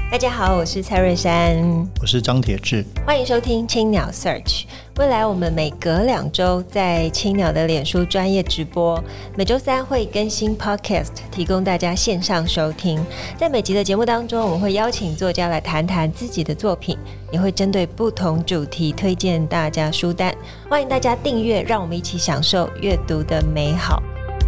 大家好，我是蔡瑞珊， 我是张铁志， 欢迎收听青鸟 Search。未来我们每隔2周在青鸟的脸书专业直播，每周3会更新 Podcast， 提供大家线上收听。在每集的节目当中，我们会邀请作家来谈谈自己的作品，也会针对不同主题推荐大家书单。欢迎大家订阅，让我们一起享受阅读的美好。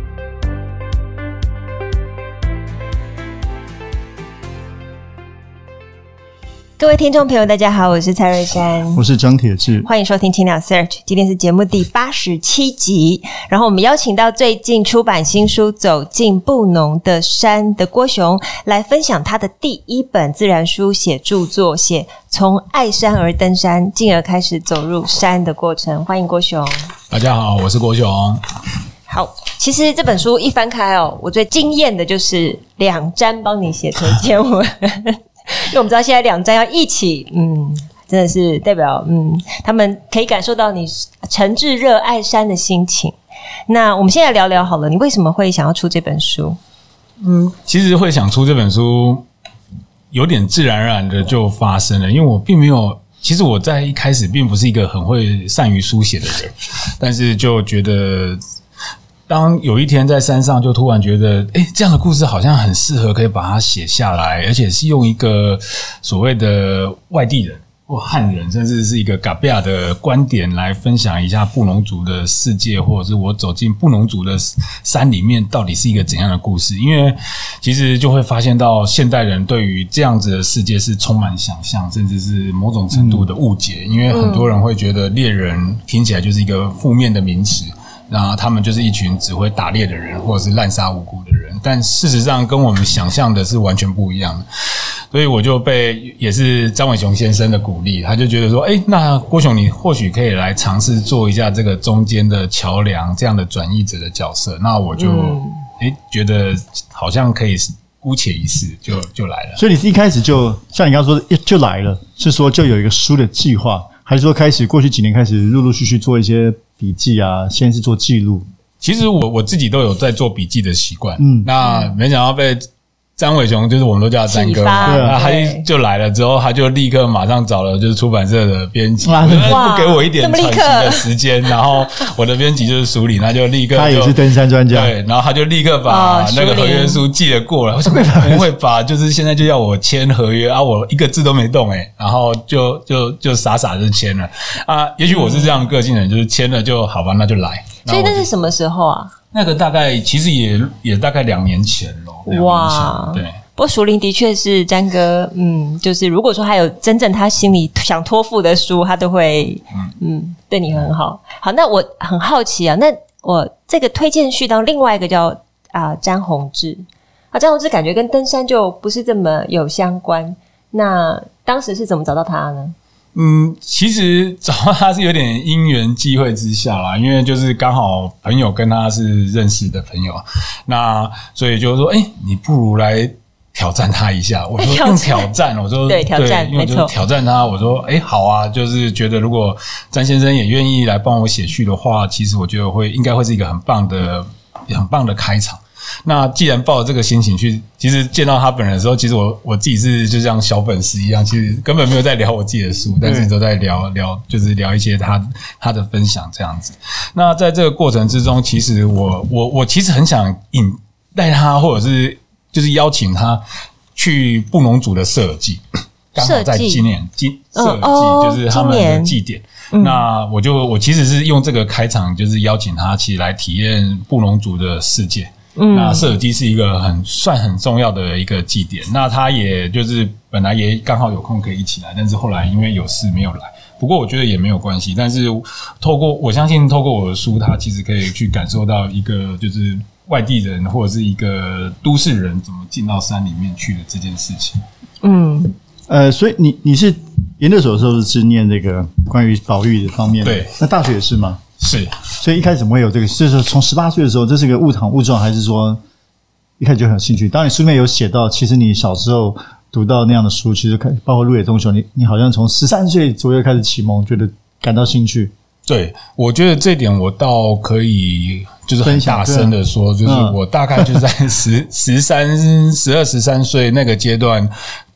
各位听众朋友大家好，我是蔡瑞珊， 我是张铁志， 欢迎收听青鸟 Search。 今天是节目第87集，然后我们邀请到最近出版新书《走进布农的山》的郭熊来分享他的第1本自然书写著作，写从爱山而登山，进而开始走入山的过程。欢迎郭熊。 大家好，我是郭熊。 好，其实这本书一翻开我最惊艳的就是2站帮你写推荐文因为我们知道现在2站要一起，真的是代表他们可以感受到你诚挚热爱山的心情。那我们现在聊聊好了，你为什么会想要出这本书？ 其实会想出这本书有点自然而然的就发生了，因为我并没有，其实我在一开始并不是一个很会善于书写的人，但是就觉得当有一天在山上就突然觉得这样的故事好像很适合可以把它写下来，而且是用一个所谓的外地人或汉人甚至是一个嘎比亚的观点来分享一下布农族的世界，或者是我走进布农族的山里面到底是一个怎样的故事。因为其实就会发现到现代人对于这样子的世界是充满想象，甚至是某种程度的误解，因为很多人会觉得猎人听起来就是一个负面的名词，那他们就是一群只会打猎的人，或者是滥杀无辜的人，但事实上跟我们想象的是完全不一样的。所以我就被也是张伟雄先生的鼓励，他就觉得说那郭熊你或许可以来尝试做一下这个中间的桥梁，这样的转译者的角色。那我就觉得好像可以姑且一试，就来了。 所以你一开始就像你刚刚说的就来了，是说就有一个书的计划，还是说开始过去几年开始陆陆续续做一些笔记啊，先是做记录？ 其实我自己都有在做笔记的习惯，那没想到被张伟雄，就是我们都叫他詹哥嘛，那他就来了之后，他就立刻马上找了就是出版社的编辑，不给我一点喘息的时间，然后我的编辑就是署理，他就立刻他也是登山专家， 对，然后他就立刻把那个合约书寄了过来。我说不会吧，就是现在就要我签合约啊，我一个字都没动然后就傻傻就签了啊。也许我是这样个性的人，就是签了就好吧，那就来。 所以那是什么时候啊？ 那个大概其实也大概2年前咯。哇，对。 不过淑玲的确是詹哥，就是如果说还有真正他心里想托付的书，他都会对你很好。好，那我很好奇啊，那我这个推荐序当另外一个叫詹宏志詹宏志感觉跟登山就不是这么有相关，那当时是怎么找到他呢？ 其实找到他是有点因缘际会之下啦，因为就是刚好朋友跟他是认识的朋友，那所以就说你不如来挑战他一下。我说用挑战，我说对挑战， 因为就是挑战他，我说好啊，就是觉得如果詹先生也愿意来帮我写序的话，其实我觉得应该会是一个很棒的开场。那既然抱着这个心情去，其实见到他本人的时候，其实我自己是就像小粉丝一样，其实根本没有在聊我自己的书，但是都在聊就是聊一些他的分享这样子。那在这个过程之中，其实我其实很想带他，或者是就是邀请他去布农族的社尔祭，刚好在今年社尔祭就是他们的祭典。那我其实是用这个开场，就是邀请他其实来体验布农族的世界。那社尔祭是一个算很重要的一个祭典，那他也就是本来也刚好有空可以一起来，但是后来因为有事没有来。不过我觉得也没有关系，但是我相信透过我的书，他其实可以去感受到一个就是外地人或者是一个都市人怎么进到山里面去的这件事情。 所以你是研究所的时候是念这个关于保育的方面的，对，那大学也是吗？ 是， 所以一开始怎么会有这个？就是从18岁的时候，这是个误打误撞，还是说一开始就很有兴趣？当然，书里面有写到，其实你小时候读到那样的书，其实包括鹿野中雄，你好像从13岁左右开始启蒙，觉得感到兴趣。 对，我觉得这点我倒可以就是很大声的说，就是我大概就在13岁那个阶段，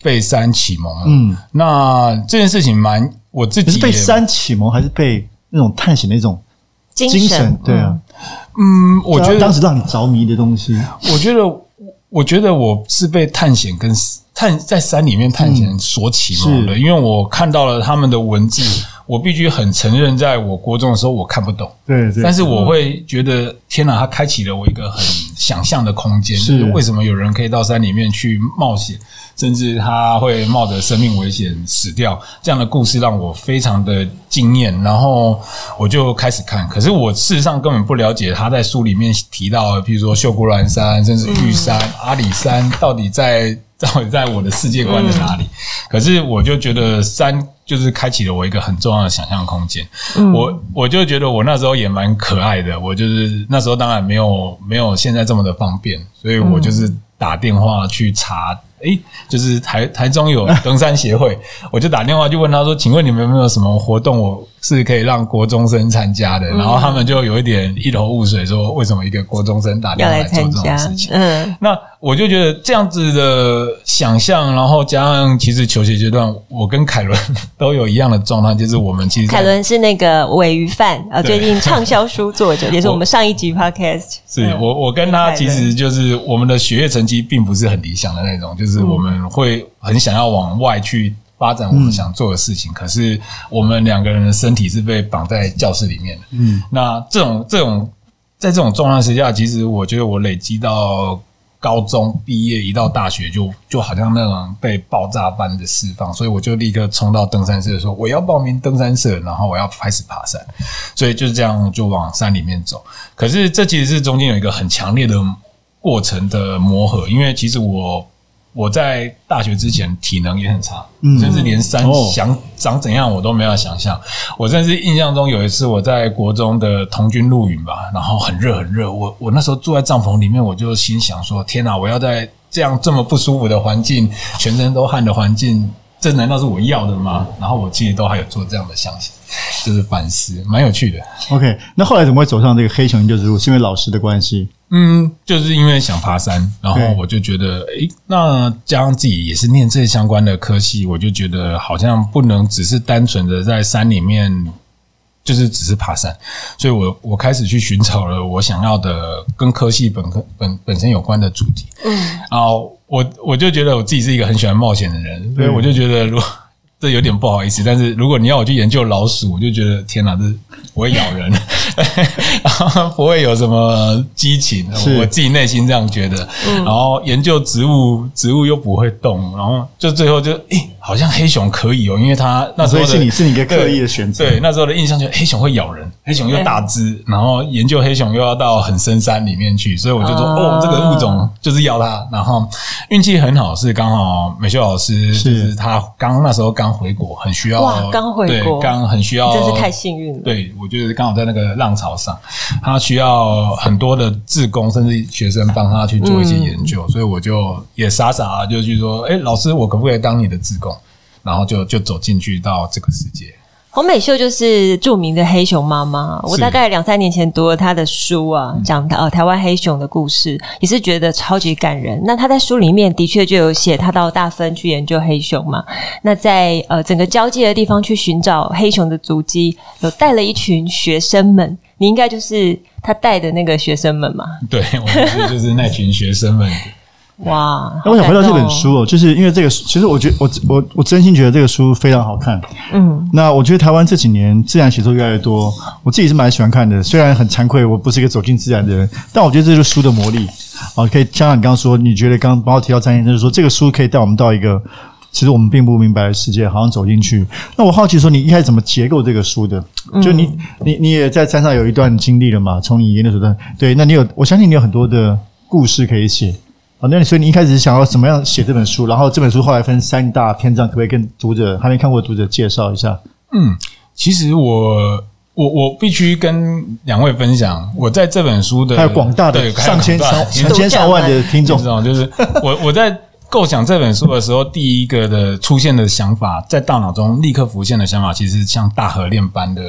被山启蒙了。那这件事情我自己是被山启蒙，还是被那种探险的一种精神？对啊， 我觉得当时让你着迷的东西， 我觉得我是被探险跟在山里面探险所启蒙的，因为我看到了他们的文字，我必须很承认，在我国中的时候我看不懂，对，但是我会觉得天哪，它开启了我一个很想象的空间，就是为什么有人可以到山里面去冒险，甚至他会冒着生命危险死掉，这样的故事让我非常的惊艳，然后我就开始看。可是我事实上根本不了解他在书里面提到的，譬如说秀姑峦山，甚至玉山、阿里山，到底在我的世界观的哪里？可是我就觉得山就是开启了我一个很重要的想象空间。我就觉得我那时候也蛮可爱的，我就是那时候当然没有现在这么的方便，所以我就是打电话去查。就是台中有登山协会，我就打电话去问他说，请问你们有没有什么活动我是可以让国中生参加的？然后他们就有一点一头雾水，说为什么一个国中生打电话来做这种事情？那我就觉得这样子的想象，然后加上其实求学阶段，我跟凯伦都有一样的状态，就是我们其实凯伦是那个尾鱼饭最近畅销书作者，也是我们上一集 podcast。是我跟他其实就是我们的学业成绩并不是很理想的那种，就是我们会很想要往外去发展我们想做的事情，可是我们两个人的身体是被绑在教室里面的。那这种在这种状态之下，其实我觉得我累积到高中毕业，一到大学就好像那种被爆炸般的释放，所以我就立刻冲到登山社说我要报名登山社，然后我要开始爬山，所以就是这样就往山里面走。可是这其实是中间有一个很强烈的过程的磨合，因为其实我在大学之前体能也很差，甚至连山想长怎样我都没法想象。我甚至印象中有一次我在国中的童军露营吧，然后很热很热，我那时候住在帐篷里面，我就心想说天哪，我要在这么不舒服的环境，全身都汗的环境，这难道是我要的吗？然后我其实都还有做这样的想法，就是反思，蛮有趣的。 OK， 那后来怎么会走上这个黑熊研究之路？是因为老师的关系？ 就是因为想爬山，然后我就觉得，那加上自己也是念这相关的科系，我就觉得好像不能只是单纯的在山里面，就是只是爬山，所以我开始去寻找了我想要的跟科系本身有关的主题。然后我就觉得我自己是一个很喜欢冒险的人，所以我就觉得这有点不好意思，但是如果你要我去研究老鼠，我就觉得天哪，这不会咬人，不会有什么激情，我自己内心这样觉得。然后研究植物又不会动，然后就最后就好像黑熊可以因为它那时候所以是你一个刻意的选择。 对，那时候的印象就是黑熊会咬人，黑熊又大只，然后研究黑熊又要到很深山里面去，所以我就说这个物种就是要它。然后运气很好，是刚好美秀老师就是他那时候刚回国，很需要刚回国， 刚很需要， 真是太幸运了。 对，我觉得刚好在那个浪潮上，他需要很多的志工甚至学生帮他去做一些研究，所以我就也傻傻就去说，老师，我可不可以当你的志工？然后就走进去到这个世界。 洪美秀就是著名的黑熊妈妈，我大概2-3年前读了她的书啊，讲台湾黑熊的故事，也是觉得超级感人。那她在书里面的确就有写，她到大分去研究黑熊嘛。那在整个交界的地方去寻找黑熊的足迹，有带了一群学生们，你应该就是她带的那个学生们嘛？ 对，我就是那群学生们。 哇！ 那我想回到这本书就是因为这个，其实我觉得我真心觉得这个书非常好看。那我觉得台湾这几年自然写作越来越多，我自己是蛮喜欢看的。虽然很惭愧，我不是一个走进自然的人，但我觉得这就是书的魔力。可以像你刚刚说，你觉得刚包括提到张先生说，这个书可以带我们到一个其实我们并不明白的世界，好像走进去。那我好奇说，你一开始怎么结构这个书的？就你也在山上有一段经历了嘛？从你研究所的，对，那我相信你有很多的故事可以写。那所以你一开始是想要怎么样写这本书？然后这本书后来分3大篇章，可不可以跟读者还没看过的读者介绍一下？ 其实我必须跟2位分享，我在这本书的还有广大的上千上万的听众， 就是我在构想这本书的时候，第一个的出现的想法，在大脑中立刻浮现的想法，其实像大河恋般的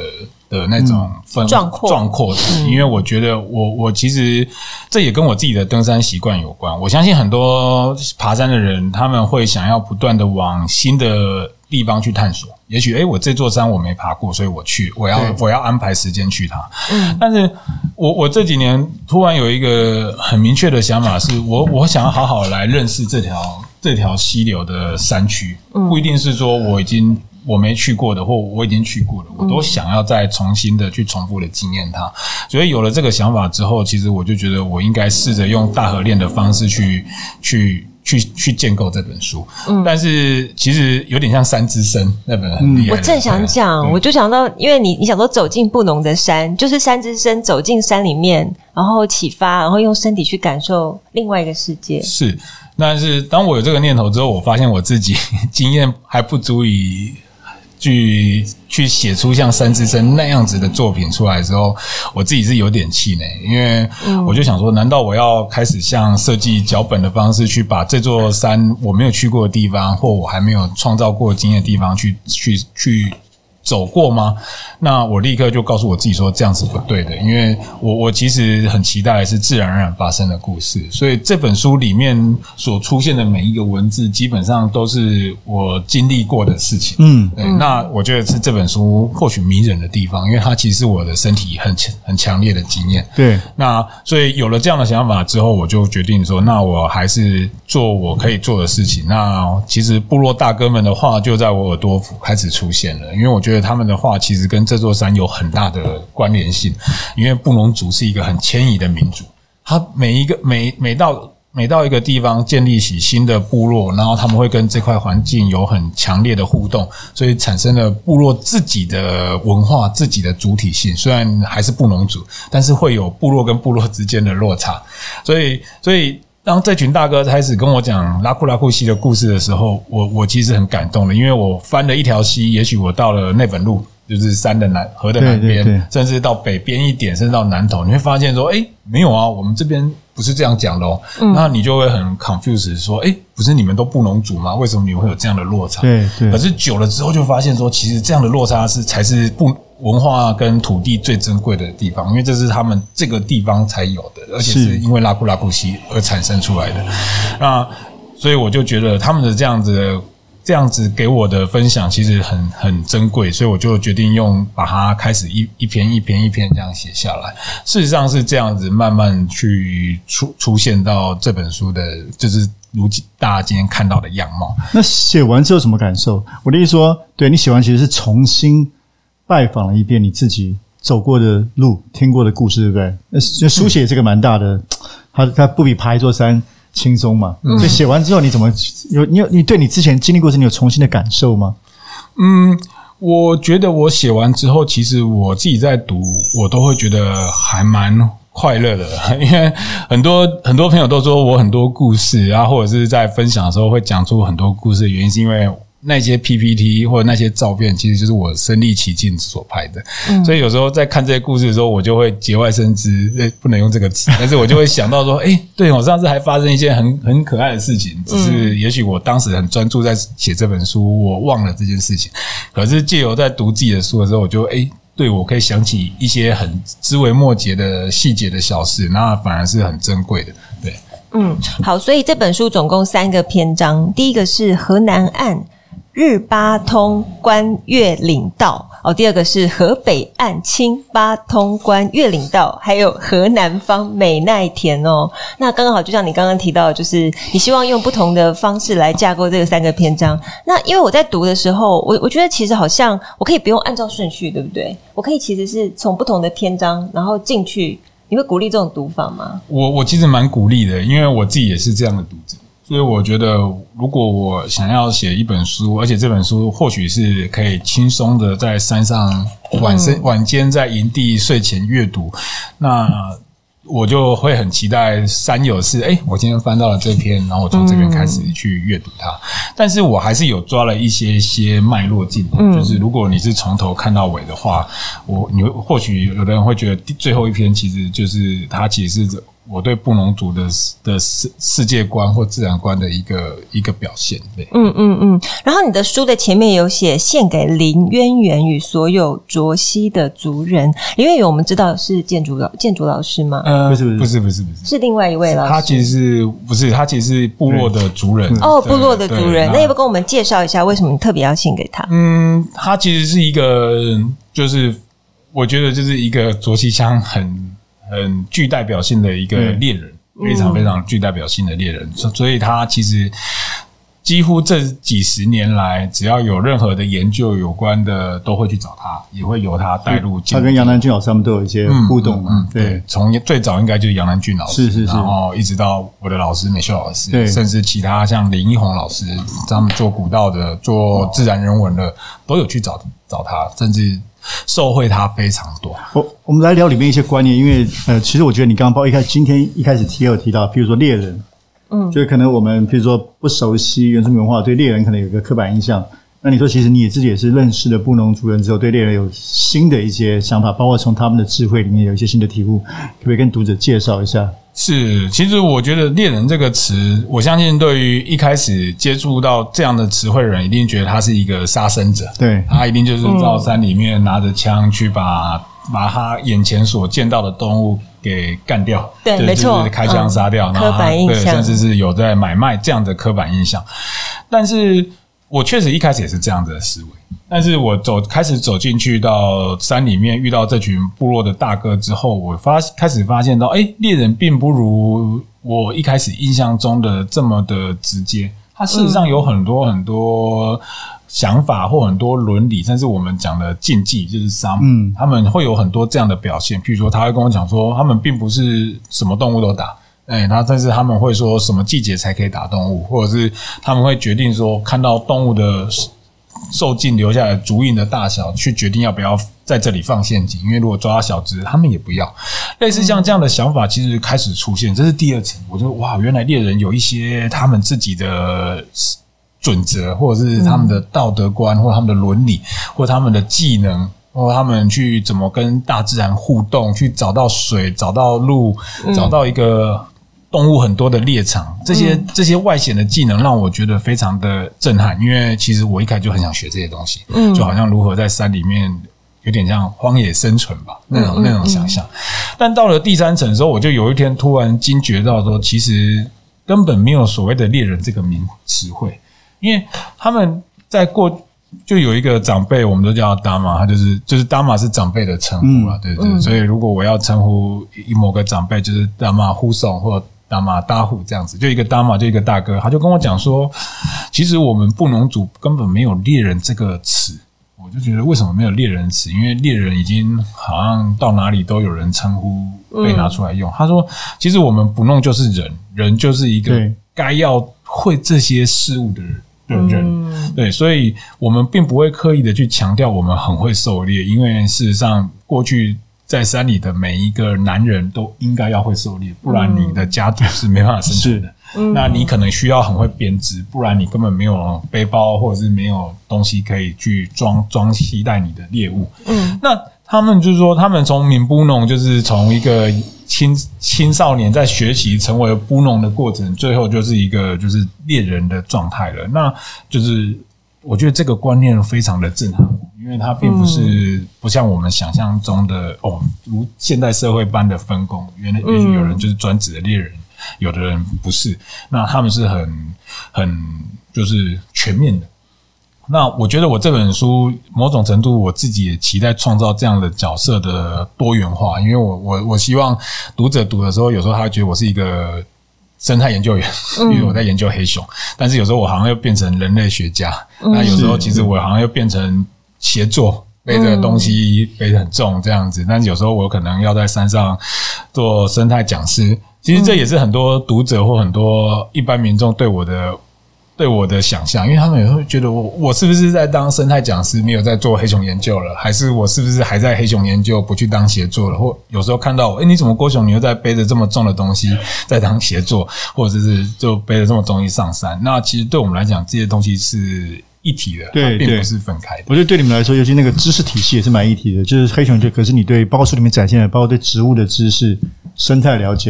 的那种壮阔，因为我觉得我其实这也跟我自己的登山习惯有关。我相信很多爬山的人，他们会想要不断的往新的地方去探索。也许我这座山我没爬过，所以我要安排时间去它。但是我这几年突然有一个很明确的想法，是我想要好好来认识这条溪流的山区，不一定是说我没去过的，或我已经去过的，我都想要再重新的去重复的经验它。所以有了这个想法之后，其实我就觉得我应该试着用大河练的方式去建构这本书。但是其实有点像山之声那本很厉害的。 我正想讲，我就想到，因为你想说走进不浓的山，就是山之声，走进山里面，然后启发，然后用身体去感受另外一个世界。 是，但是当我有这个念头之后，我发现我自己经验还不足以去写出像山之声那样子的作品出来之后，我自己是有点气馁，因为我就想说，难道我要开始像设计脚本的方式去把这座山我没有去过的地方，或我还没有创造过经验的地方去走过吗？那我立刻就告诉我自己说，这样是不对的，因为我其实很期待的是自然而然发生的故事，所以这本书里面所出现的每一个文字，基本上都是我经历过的事情。对，那我觉得是这本书或许迷人的地方，因为它其实是我的身体很强烈的经验。 对， 那所以有了这样的想法之后，我就决定说，那我还是做我可以做的事情。那其实部落大哥们的话就在我耳朵府开始出现了，因为我觉得他们的话其实跟这座山有很大的关联性，因为布农族是一个很迁移的民族，他每到一个地方建立起新的部落，然后他们会跟这块环境有很强烈的互动，所以产生了部落自己的文化、自己的主体性。虽然还是布农族，但是会有部落跟部落之间的落差。所以当这群大哥开始跟我讲拉库拉库溪的故事的时候，我其实很感动的，因为我翻了一条溪，也许我到了内本路，就是山的河的南边，对，甚至到北边一点，甚至到南头，你会发现说，没有啊，我们这边不是这样讲的哦。那你就会很 confused 说，不是你们都布农族吗？为什么你们会有这样的落差？ 对。 可是久了之后就发现说，其实这样的落差才是文化跟土地最珍贵的地方，因为这是他们这个地方才有的，而且是因为拉库拉库溪而产生出来的。那所以我就觉得他们的这样子给我的分享其实很珍贵，所以我就决定把它开始一篇这样写下来。事实上是这样子慢慢去出现到这本书的，就是如大家今天看到的样貌。 那写完之后什么感受？我的意思说，对，你写完其实是重新拜访了一遍你自己走过的路、听过的故事，对不对？那书写这个蛮大的，它不比爬一座山轻松嘛。所以写完之后，你怎么你对你之前经历过的，你有重新的感受吗？ 我觉得我写完之后，其实我自己在读，我都会觉得还蛮快乐的，因为很多朋友都说我很多故事啊，或者是在分享的时候会讲出很多故事的原因，是因为那些 PPT 或者那些照片其实就是我身临其境所拍的，所以有时候在看这些故事的时候，我就会节外生枝，不能用这个词，但是我就会想到说，对，我上次还发生一件很可爱的事情，只是也许我当时很专注在写这本书，我忘了这件事情，可是藉由在读自己的书的时候，我就对，我可以想起一些很枝微末节的细节的小事，那反而是很珍贵的，对。 好，所以这本书总共3个篇章，第一个是河南岸日巴通关越岭道，第二个是河北岸清巴通关越岭道，还有河南方美奈田哦。那刚好就像你刚刚提到的，就是你希望用不同的方式来架构这个3个篇章。那因为我在读的时候，我觉得其实好像我可以不用按照顺序，对不对？我可以其实是从不同的篇章然后进去。你会鼓励这种读法吗？ 我其实蛮鼓励的，因为我自己也是这样的读者。所以我觉得如果我想要写一本书，而且这本书或许是可以轻松的在山上晚间在营地睡前阅读，那我就会很期待山友是我今天翻到了这篇，然后我从这边开始去阅读它。但是我还是有抓了一些脉络进来，就是如果你是从头看到尾的话，你或许有的人会觉得最后一篇其实就是它其实是我对布农族的世界观或自然观的一个表现。对， 然后你的书的前面有写献给林渊源与所有卓溪的族人。林渊源我们知道是建筑老师吗？ 不是， 是另外一位老师。 他其实他其实是部落的族人。 部落的族人。那要不跟我们介绍一下为什么你特别要献给他？ 他其实是一个，就是我觉得就是一个卓溪乡很具代表性的一个猎人，非常非常具代表性的猎人，所以他其实几乎这几十年来，只要有任何的研究有关的，都会去找他，也会由他带入进。 他跟杨南俊老师他们都有一些互动嘛。 对，从最早应该就是杨南俊老师，然后一直到我的老师美秀老师，甚至其他像林一红老师，他们做古道的、做自然人文的，都有去找他，甚至受惠他非常多。 我们来聊里面一些观念，因为其实我觉得你刚刚今天一开始有提到，譬如说猎人，就是可能我们譬如说不熟悉原住民文化，对猎人可能有一个刻板印象。那你说其实你自己也是认识了布农族人之后，对猎人有新的一些想法，包括从他们的智慧里面有一些新的体悟，可不可以跟读者介绍一下？ 是，其实我觉得猎人这个词，我相信对于一开始接触到这样的词汇的人，一定觉得他是一个杀生者。 对， 他一定就是到山里面拿着枪去把他眼前所见到的动物给干掉。 对，没错， 就是开枪杀掉。 刻板印象， 对，甚至是有在买卖这样的刻板印象。但是我确实一开始也是这样的思维，但是我开始走进去到山里面，遇到这群部落的大哥之后，我开始发现到，猎人并不如我一开始印象中的这么的直接，他事实上有很多很多想法或很多伦理，甚至我们讲的禁忌，就是沙姆，他们会有很多这样的表现。譬如说，他会跟我讲说，他们并不是什么动物都打。但是他们会说什么季节才可以打动物，或者是他们会决定说看到动物的受尽留下来的足印的大小，去决定要不要在这里放陷阱，因为如果抓到小只，他们也不要。类似像这样的想法，其实开始出现，这是第二层。我就哇，原来猎人有一些他们自己的准则，或者是他们的道德观，或他们的伦理，或他们的技能。或他们去怎么跟大自然互动，去找到水，找到路，找到一个动物很多的猎场，这些外显的技能让我觉得非常的震撼。因为其实我一开始就很想学这些东西，就好像如何在山里面有点像荒野生存吧，那种想象。但到了第三层的时候，我就有一天突然惊觉到说，其实根本没有所谓的猎人这个词汇，因为他们就有一个长辈，我们都叫他达玛，他就是达玛是长辈的称呼啦，对。所以如果我要称呼某个长辈，就是达玛呼颂或达玛大户这样子，就一个达玛就一个大哥，他就跟我讲说，其实我们布农族根本没有猎人这个词。我就觉得为什么没有猎人词？因为猎人已经好像到哪里都有人称呼被拿出来用。他说，其实我们布农就是人就是一个该要会这些事物的人，对，所以我们并不会刻意的去强调我们很会狩猎，因为事实上过去在山里的每一个男人都应该要会狩猎，不然你的家族是没办法生存的。那你可能需要很会编织，不然你根本没有背包或者是没有东西可以去装携带你的猎物。那他们就是说，他们从民布农，就是从一个青少年在学习成为布农的过程，最后就是一个就是猎人的状态了。那就是我觉得这个观念非常的震撼我，因为它并不像我们想象中的如现代社会般的分工。也许有人就是专职的猎人，有的人不是，那他们是很就是全面的。那我觉得我这本书某种程度我自己也期待创造这样的角色的多元化，因为我希望读者读的时候，有时候他会觉得我是一个生态研究员，因为我在研究黑熊，但是有时候我好像又变成人类学家，那有时候其实我好像又变成协作，背着东西背得很重这样子，但是有时候我可能要在山上做生态讲师。其实这也是很多读者或很多一般民众对我的想象，因为他们也会觉得我是不是在当生态讲师，没有在做黑熊研究了，还是我是不是还在黑熊研究不去当协作了，或有时候看到你怎么郭熊你又在背着这么重的东西在当协作，或者是就背着这么重东西上山。那其实对我们来讲这些东西是一体的，它并不是分开的。 我觉得对你们来说，尤其那个知识体系也是蛮一体的，就是黑熊可是你对包括书里面展现的包括对植物的知识、生态了解，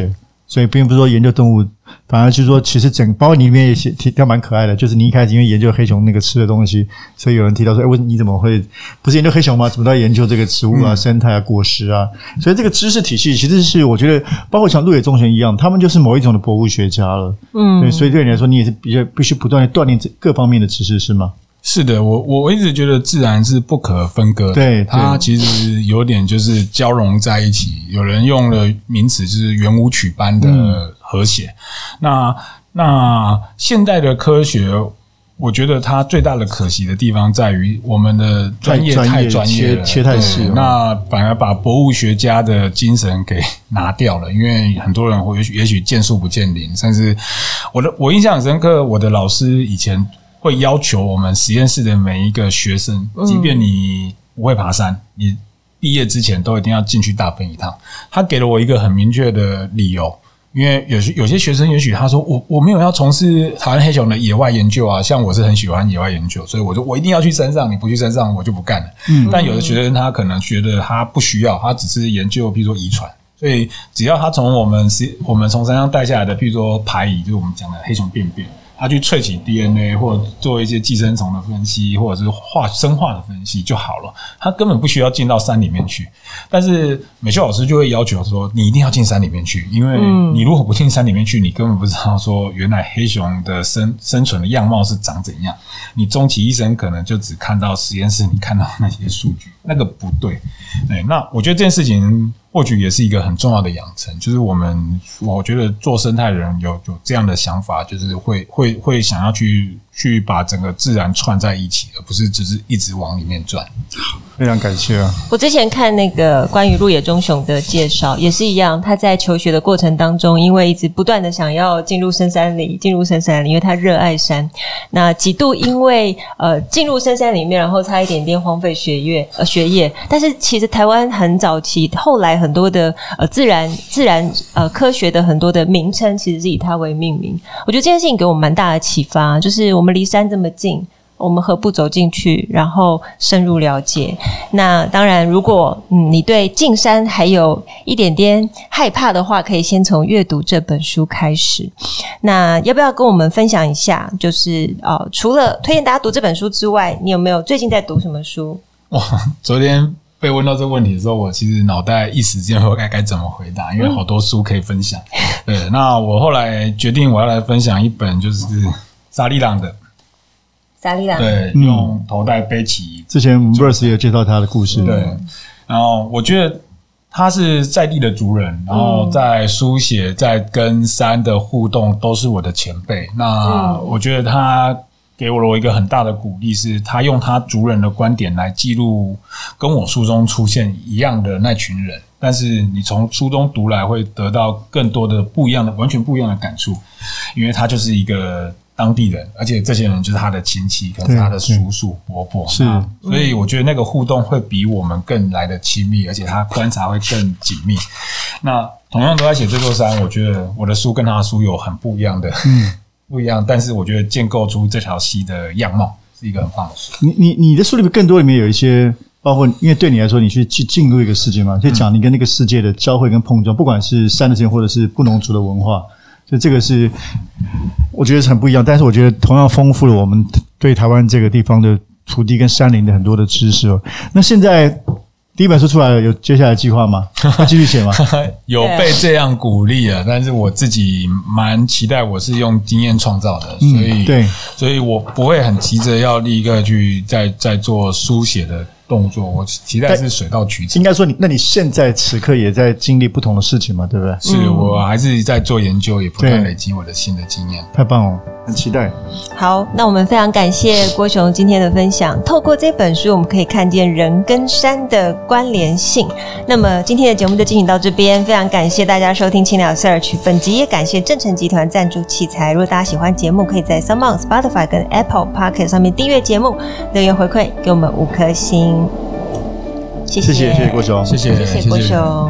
所以并不是说研究动物，反而就是说其实包括你里面也提到蛮可爱的，就是你一开始因为研究黑熊那个吃的东西，所以有人提到说你怎么会不是研究黑熊吗？怎么在研究这个植物啊、生态啊、果实啊？所以这个知识体系其实是我觉得包括像鹿野中学一样，他们就是某一种的博物学家了。对，所以对你来说你也是必须不断的锻炼各方面的知识是吗？ 是的，我一直觉得自然是不可分割的， 对， 它其实有点就是交融在一起。有人用了名词就是圆舞曲般的和谐。那现代的科学，我觉得它最大的可惜的地方在于我们的专业太专业了， 切太细了， 那反而把博物学家的精神给拿掉了。因为很多人也许见树不见林，甚至我印象很深刻，我的老师以前会要求我们实验室的每一个学生，即便你不会爬山，你毕业之前都一定要进去大分一趟。他给了我一个很明确的理由，因为有些学生也许他说我没有要从事台湾黑熊的野外研究啊，像我是很喜欢野外研究，所以我一定要去山上，你不去山上我就不干了。但有的学生他可能觉得他不需要，他只是研究譬如说遗传，所以只要他从我们从山上带下来的譬如说排遗，就是我们讲的黑熊便便，他去萃取 DNA 或者做一些寄生虫的分析，或者是生化的分析就好了，他根本不需要进到山里面去。但是美秀老师就会要求说你一定要进山里面去，因为你如果不进山里面去，你根本不知道说原来黑熊的生存的样貌是长怎样，你终其一生可能就只看到实验室你看到那些数据，那个不对。那我觉得这件事情或许也是一个很重要的养成，就是我觉得做生态的人有这样的想法，就是会想要去把整个自然串在一起，而不是只是一直往里面转。 非常感谢啊！ 我之前看那个关于鹿野中雄的介绍也是一样，他在求学的过程当中，因为一直不断的想要进入深山里，因为他热爱山，那几度因为进入深山里面，然后差一点点荒废学业，但是其实台湾很早期，后来很多的自然科学的很多的名称其实是以它为命名。我觉得这件事情给我们蛮大的启发，就是我们离山这么近，我们何不走进去，然后深入了解。那当然如果你对进山还有一点点害怕的话，可以先从阅读这本书开始。那要不要跟我们分享一下，就是除了推荐大家读这本书之外，你有没有最近在读什么书？ 哇，昨天被问到这个问题的时候，我其实脑袋一时间该怎么回答，因为好多书可以分享。对，那我后来决定我要来分享一本就是沙利朗的。对，用头带背起。 之前 Verse 也有介绍他的故事。 对，然后我觉得他是在地的族人，然后在书写、在跟山的互动都是我的前辈。那我觉得他给我了一个很大的鼓励，是他用他族人的观点来记录跟我书中出现一样的那群人，但是你从书中读来会得到更多的完全不一样的感触，因为他就是一个当地人，而且这些人就是他的亲戚，可能是他的叔叔伯伯， 是， 所以我觉得那个互动会比我们更来的亲密，而且他观察会更紧密。那同样都在写这座山，我觉得我的书跟他的书有很不一样的，不一样，但是我觉得建构出这条溪的样貌是一个很棒的书。 你的书里面更多里面有一些，包括因为对你来说，你去进入一个世界嘛，就讲你跟那个世界的交汇跟碰撞，不管是山的世界或者是布农族的文化。所以这个是我觉得是很不一样，但是我觉得同样丰富了我们对台湾这个地方的土地跟山林的很多的知识哦。那现在第一本书出来了，有接下来计划吗？会继续写吗？ 有被这样鼓励啊，但是我自己蛮期待，我是用经验创造的，所以我不会很急着要立刻去再做书写的动作，我期待是水到渠成。 应该说那你现在此刻也在经历不同的事情嘛，对不对？ 是，我还是在做研究，也不断累积我的新的经验。 太棒了，很期待。 好，那我们非常感谢郭熊今天的分享。透过这本书，我们可以看见人跟山的关联性。那么今天的节目就进行到这边，非常感谢大家收听青鸟 Search。本集也感谢正成集团赞助器材。如果大家喜欢节目，可以在 SoundOn、Spotify 跟 Apple Podcast 上面订阅节目，留言回馈给我们5颗星。谢谢郭熊， 谢谢郭熊。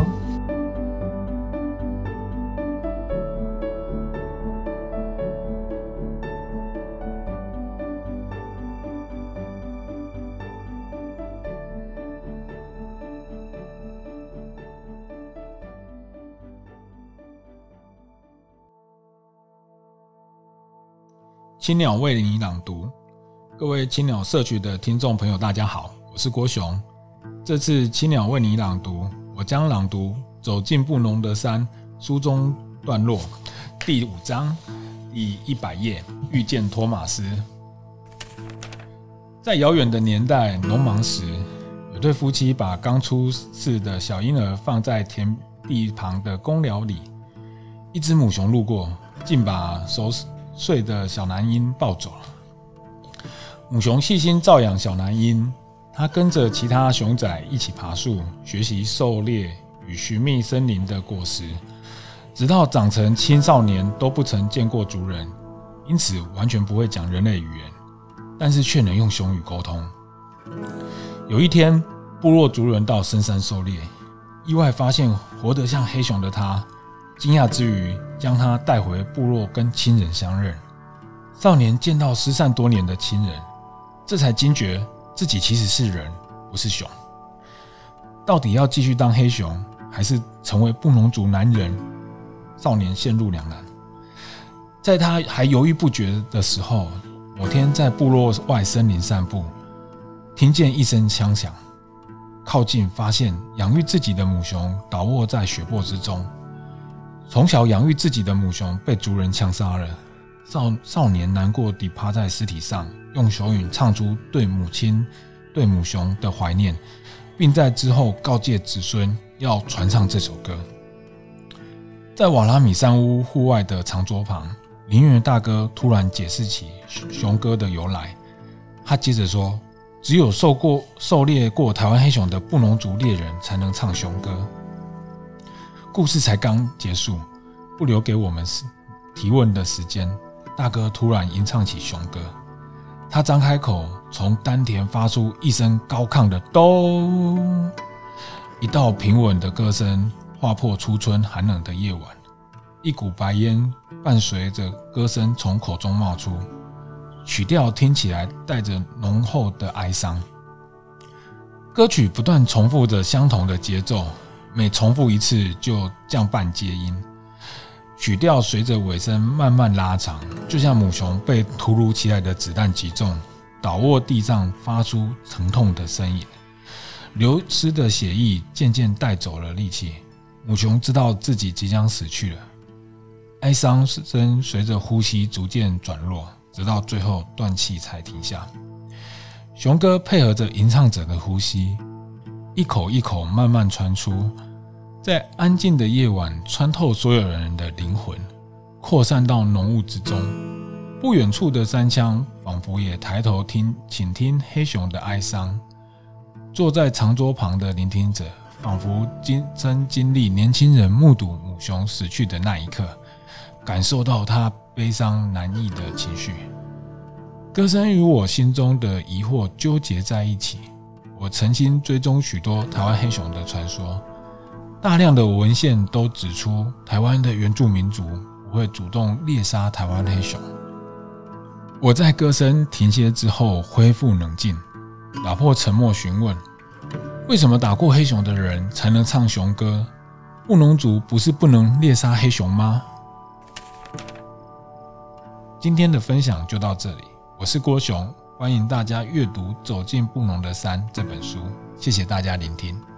青鸟为你朗读。各位青鸟社区的听众朋友大家好，我是郭雄。这次青鸟为你朗读，我将朗读走进布农的山书中段落第5章第100页，遇见托马斯。在遥远的年代，农忙时，有对夫妻把刚出世的小婴儿放在田地旁的公寮里。一只母熊路过，竟把熟睡的小男婴抱走了。母熊细心照养小男婴，它跟着其他熊仔一起爬树，学习狩猎与寻觅森林的果实，直到长成青少年都不曾见过族人，因此完全不会讲人类语言，但是却能用熊语沟通。有一天，部落族人到深山狩猎，意外发现活得像黑熊的他，惊讶之余将他带回部落跟亲人相认。少年见到失散多年的亲人，这才惊觉自己其实是人，不是熊。到底要继续当黑熊，还是成为布农族男人？少年陷入两难。在他还犹豫不决的时候，某天在部落外森林散步，听见一声枪响，靠近发现养育自己的母熊倒卧在血泊之中。从小养育自己的母熊被族人枪杀了，少年难过地趴在尸体上，用熊语唱出对母亲、对母熊的怀念，并在之后告诫子孙要传唱这首歌。在瓦拉米山屋户外的长桌旁，林园大哥突然解释起熊歌的由来。他接着说，只有狩猎过台湾黑熊的布农族猎人才能唱熊歌。故事才刚结束，不留给我们提问的时间，大哥突然吟唱起熊歌。他张开口，从丹田发出一声高亢的哆，一道平稳的歌声划破初春寒冷的夜晚。一股白烟伴随着歌声从口中冒出，曲调听起来带着浓厚的哀伤。歌曲不断重复着相同的节奏，每重复一次就降半阶音，曲调随着尾声慢慢拉长，就像母熊被突如其来的子弹击中，倒卧地上发出疼痛的呻吟。流失的血液渐渐带走了力气，母熊知道自己即将死去了。哀伤声随着呼吸逐渐转弱，直到最后断气才停下。熊歌配合着吟唱者的呼吸，一口一口慢慢传出，在安静的夜晚穿透所有人的灵魂，扩散到浓雾之中。不远处的山羌仿佛也抬头倾听黑熊的哀伤。坐在长桌旁的聆听者仿佛亲身经历年轻人目睹母熊死去的那一刻，感受到他悲伤难抑的情绪。歌声与我心中的疑惑纠结在一起。我曾经追踪许多台湾黑熊的传说，大量的文献都指出台湾的原住民族不会主动猎杀台湾黑熊。我在歌声停歇之后恢复冷静，打破沉默询问，为什么打过黑熊的人才能唱熊歌？布农族不是不能猎杀黑熊吗？今天的分享就到这里，我是郭雄，欢迎大家阅读《走进布农的山》这本书，谢谢大家聆听。